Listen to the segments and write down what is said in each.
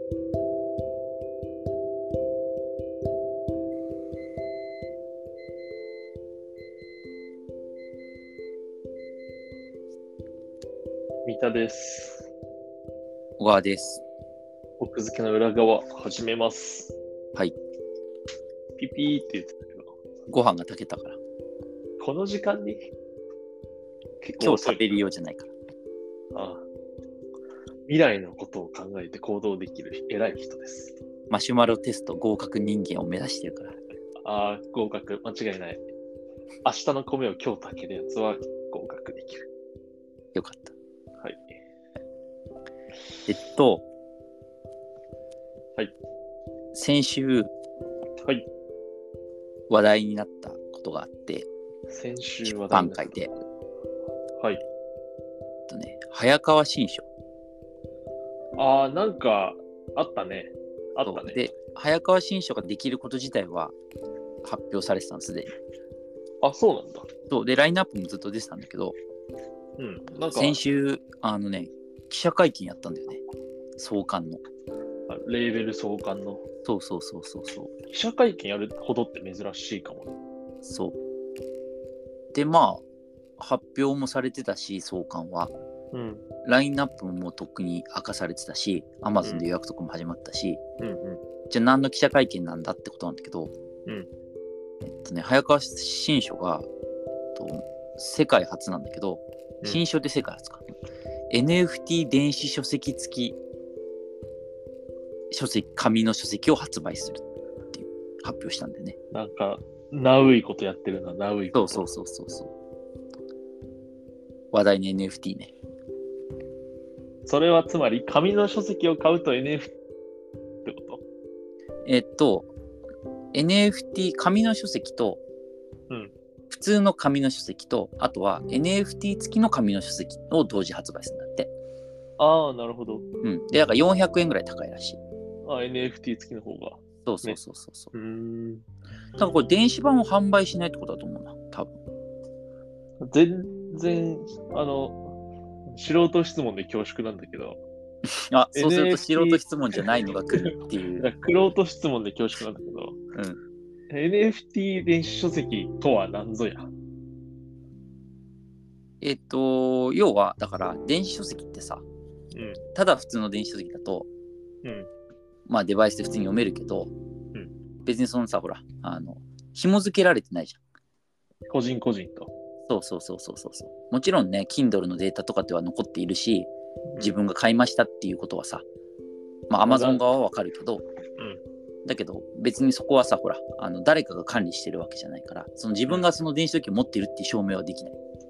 三田です。 小川です。 奥付けの裏側始めます。 はい。 ピピーって言ってたけど、 ご飯が炊けたから。 この時間に結構今日遅い。 食べるようじゃないから。 ああ、未来のことを考えて行動できる偉い人です。 マシュマロテスト合格人間を目指してるから。 ああ、合格、間違いない。明日の米を今日炊けるやつは合格できる。 よかった。 はい。はい。 先週、 はい。 話題になったことがあって、 先週話題出版になった会で、 はい。 早川新書。 ああ、なんかあったね。あったね。 で、早川新書ができること自体は発表されてたんですで。 あ、そうなんだ。 そうで、ラインナップもずっと出てたんだけど、 うん。なんか、 先週、記者会見やったんだよね。創刊の。 レーベル創刊のそう。 記者会見やるほどって珍しいかもね。 そう。で、まあ、発表もされてたし、創刊は。 うん。 ラインナップももうとっくに明かされてたし、Amazon で予約とかも始まったし、じゃあ何の記者会見なんだってことなんだけど、早川新書が世界初なんだけど、新書って世界初か。NFT 電子書籍付き紙の書籍を発売するっていう発表したんだよね。 なんか、ナウいことやってるな、ナウいこと。 そう。話題の NFT ね。 それはつまり、紙の書籍を買うと NFT ってこと？ NFT 紙の書籍と、普通の紙の書籍と、あとは NFT 付きの紙の書籍を同時発売するんだって。 ああ、なるほど。 で、だから400円ぐらい高いらしい。 NFT 付きの方が。 そう。多分これ電子版を販売しないってことだと思うな、多分。 全然、素人質問で恐縮なんだけど。 そうすると素人質問じゃないのが来るっていう。 玄人質問で恐縮なんだけど、NFT 電子書籍とは何ぞや？ 要は、だから電子書籍ってさ、ただ普通の電子書籍だと、まあデバイスで普通に読めるけど、別にそのさ、ほら、紐付けられてないじゃん。 個人個人と。 そう。もちろんね、Kindle のデータとかっては残っているし、自分が買いましたっていうことはさ、まあ Amazon 側はわかるけど、だけど別にそこはさ、ほら、誰かが管理してるわけじゃないから、その自分がその電子書籍を持っているっていう証明はできない。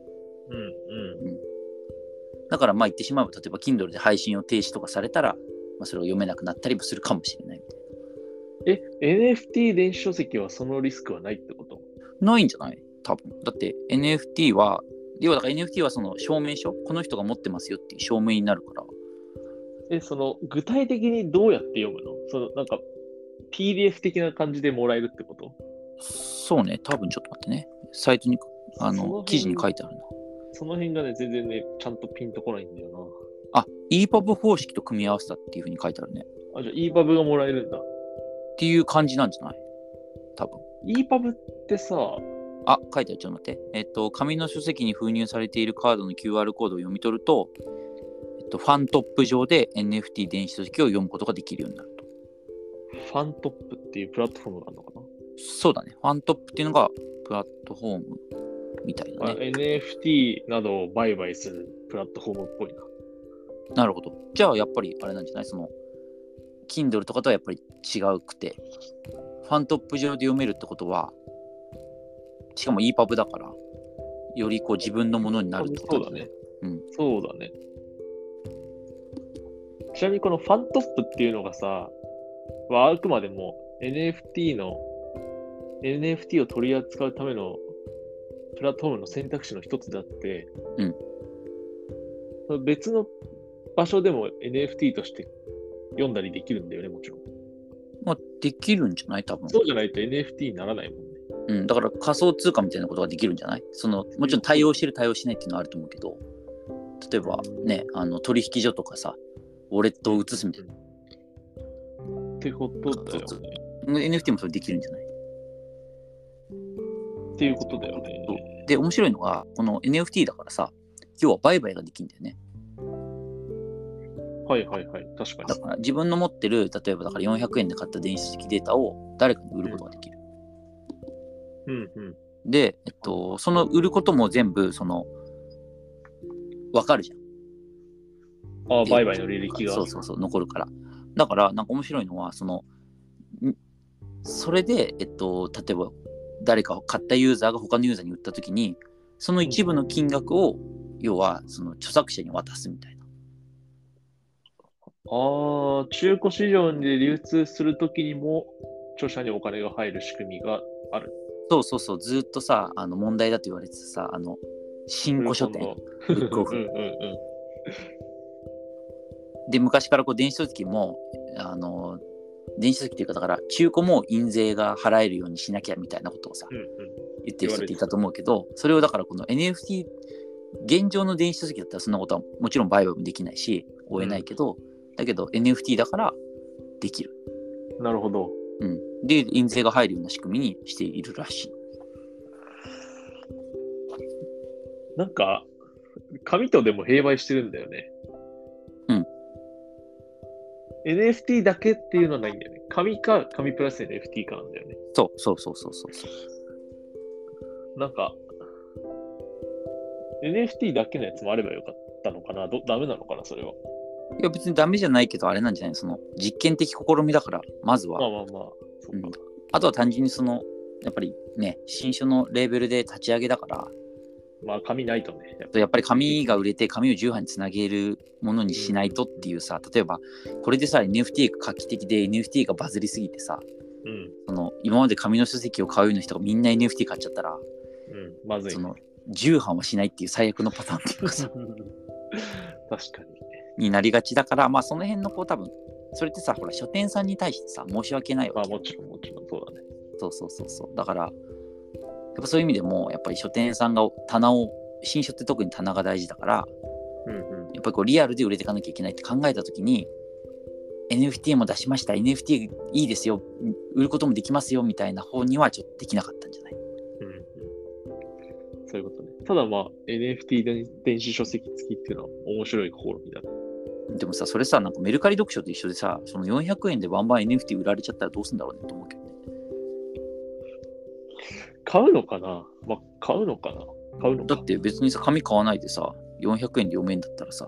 だからまあ言ってしまえば、例えば Kindle で配信を停止とかされたら、まあ、それを読めなくなったりもするかもしれないみたいな。NFT 電子書籍はそのリスクはないってこと？ ないんじゃない？多分。だって NFT は、要はだから NFT はその証明書、この人が持ってますよっていう証明になるから。 具体的にどうやって読むの？なんか PDF 的な感じでもらえるってこと？ そうね、多分ちょっと待ってね。サイトに、記事に書いてあるな。 その辺がね、全然ね、ちゃんとピンとこないんだよな。EPUB 方式と組み合わせたっていう風に書いてあるね。 じゃあ EPUB がもらえるんだ。 っていう感じなんじゃない？多分。 EPUB ってさ、 書いてある。ちょっと待って。紙の書籍に封入されているカードの QR コードを読み取ると、ファントップ上で NFT 電子書籍を読むことができるようになると。 ファントップっていうプラットフォームがあるのかな？ そうだね。ファントップっていうのがプラットフォームみたいなね。 NFT などを売買するプラットフォームっぽいな。 なるほど。じゃあやっぱりあれなんじゃない？その Kindle とかとはやっぱり違うくて、ファントップ上で読めるってことは、しかも EPUB だから、よりこう自分のものになるってことだね。 そうだね。ちなみにこのファントップっていうのがさ、あくまでも NFT を取り扱うためのプラットフォームの選択肢の一つであって、別の場所でも NFT として読んだりできるんだよね、もちろん。 まあ、できるんじゃない？多分。 そうじゃないと NFT にならないもんね。 だから仮想通貨みたいなことができるんじゃない？もちろん対応してる対応しないっていうのはあると思うけど、例えばね、取引所とかさ、ウォレットを移すみたいな。 ってことだよね。 NFT もそれできるんじゃない？ っていうことだよね。 で、面白いのが、この NFT だからさ、要は売買ができるんだよね。 はいはいはい、確かに。 だから自分の持ってる、例えばだから400円で買った電子書籍データを誰かに売ることができる。 うんうん。 で、その売ることも全部、わかるじゃん。 売買の履歴が。 そうそうそう、残るから。だから、なんか面白いのは、それで、例えば、誰か買ったユーザーが他のユーザーに売ったときに、その一部の金額を、要は、その著作者に渡すみたいな。 中古市場で流通するときにも、著者にお金が入る仕組みがある。 そうそうそう、ずっとさ、問題だと言われてさ、新古書店、ブックオフ。で、昔からこう電子書籍も、電子書籍っていうか、だから中古も印税が払えるようにしなきゃみたいなことをさ、言ってる人っていたと思うけど、それをだからこの NFT、現状の電子書籍だったらそんなことはもちろん売買もできないし、追えないけど、だけど NFT だからできる。 なるほど。 で、印税が入るような仕組みにしているらしい。 なんか、紙とでも併売してるんだよね。NFT だけっていうのはないんだよね。紙か紙プラス NFT かなんだよね。 そう。 なんか、NFT だけのやつもあればよかったのかな。ダメなのかな、それは。 いや、別にダメじゃないけど、あれなんじゃない？実験的試みだから、まずは。 そうか。 あとは単純にやっぱりね、新書のレーベルで立ち上げだから、 紙ないとね。 やっぱり紙が売れて紙を重版につなげるものにしないとっていうさ、例えばこれでさ NFT が画期的で NFT がバズりすぎてさ、今まで紙の書籍を買うような人がみんな NFT 買っちゃったら、 まずい、 重版はしないっていう最悪のパターンっていうかさ確かになりがちだから、その辺の多分それってさ、ほら書店さんに対してさ申し訳ないわけ。 もちろんそうだね。 そうだからやっぱそういう意味でもやっぱり書店さんが新書って特に棚が大事だから、やっぱりリアルで売れていかなきゃいけないって考えたときに NFT も出しました、 NFT いいですよ、売ることもできますよみたいな方にはちょっとできなかったんじゃない？ そういうことね。ただNFT 電子書籍付きっていうのは面白い試みだね。 でもさ、それさ、なんかメルカリ読書と一緒でさ、その400円でバンバン NFT 売られちゃったらどうするんだろうねと思うけどね。 買うのかな？買うのか。 だって別にさ、紙買わないでさ、400円で読めんだったらさ、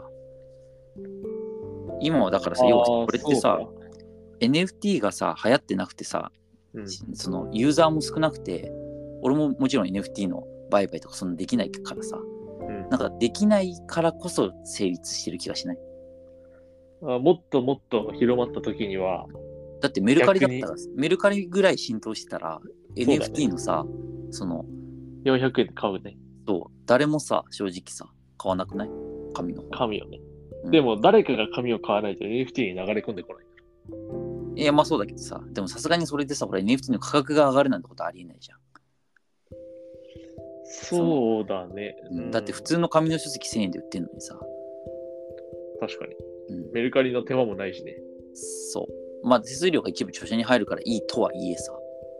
今はだからさ、要はこれってさ、NFT がさ、流行ってなくてさ、そのユーザーも少なくて、俺ももちろん NFT の売買とかそんなできないからさ、なんかできないからこそ成立してる気がしない？ もっともっと広まった時には、 だってメルカリだったら、メルカリぐらい浸透してたら、NFT のさ、 400円で買うね。 そう、誰もさ、正直さ、買わなくない？紙の方。 紙をね。でも誰かが紙を買わないと NFT に流れ込んでこない。 いや、そうだけどさ、でもさすがにそれでさ、ほら NFT の価格が上がるなんてことありえないじゃん。 そうだね。 だって普通の紙の書籍1000円で売ってんのにさ。 確かに。メルカリの手間もないしね。 そう。手数料が一部著者に入るからいいとはいえさ。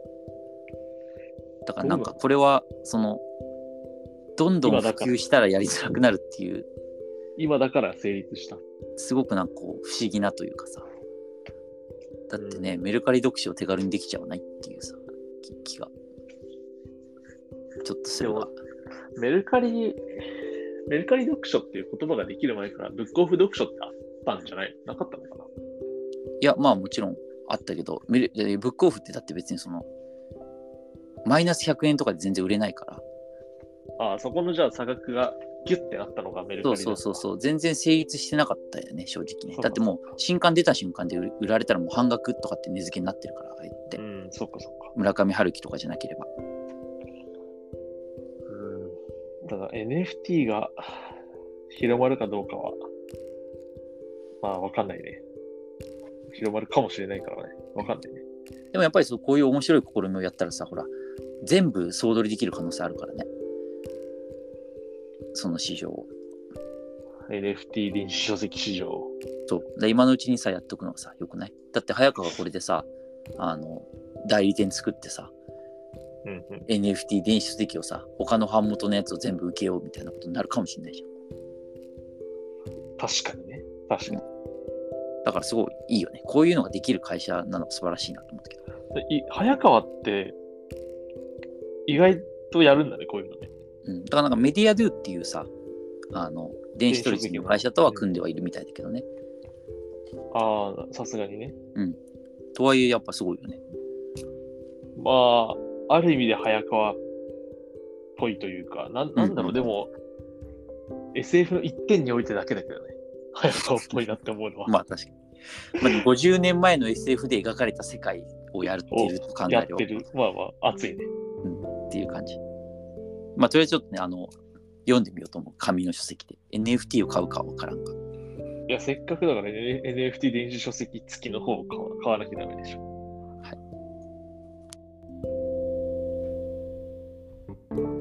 だからなんかこれは、どんどん普及したらやりづらくなるっていう。 今だから成立した。 すごくなんか不思議なというかさ。だってね、メルカリ読書を手軽にできちゃわないっていうさ、気が。ちょっとそれは。 メルカリ読書っていう言葉ができる前からブックオフ読書ってあったんじゃないなかったのかな？ いや、もちろんあったけど、ブックオフってだって別にマイナス100円とかで全然売れないから。 そこのじゃあ差額がギュッてなったのがメルカリだった。 そう。全然成立してなかったよね、正直ね。だってもう新刊出た瞬間で売られたらもう半額とかって値付けになってるから、あえて。 そっか。 村上春樹とかじゃなければ。 ただ NFT が広まるかどうかは、わかんないね。広まるかもしれないからね。わかんないね。 でもやっぱりこういう面白い試みをやったらさ、ほら、全部総取りできる可能性あるからね。その市場を。 NFT 電子書籍市場。 そう。で今のうちにさ、やっとくのはさ、よくない？だって早川がこれでさ、代理店作ってさ、NFT 電子書籍をさ、他の版元のやつを全部受けようみたいなことになるかもしれないじゃん。 確かにね。確かに。 だからすごいいいよね。こういうのができる会社なのが素晴らしいなと思ったけど。 早川って意外とやるんだね、こういうのね。 だからなんかメディアドゥっていうさ、電子取引の会社とは組んではいるみたいだけどね。 ああ、さすがにね。 とはいえやっぱすごいよね。 まあ、ある意味で早川っぽいというか、なんだろう、でも、SF の一点においてだけだけどね。早川っぽいなって思うのは。 まあ確かに。50年前の SF で描かれた世界をやっていると考えるよ。 やってる。まあまあ、熱いね。 っていう感じ。まあとりあえずちょっとね、読んでみようと思う。紙の書籍で。NFT を買うかわからんか。 いや、せっかくだからね、NFT 電子書籍付きの方を買わなきゃダメでしょ。 はい。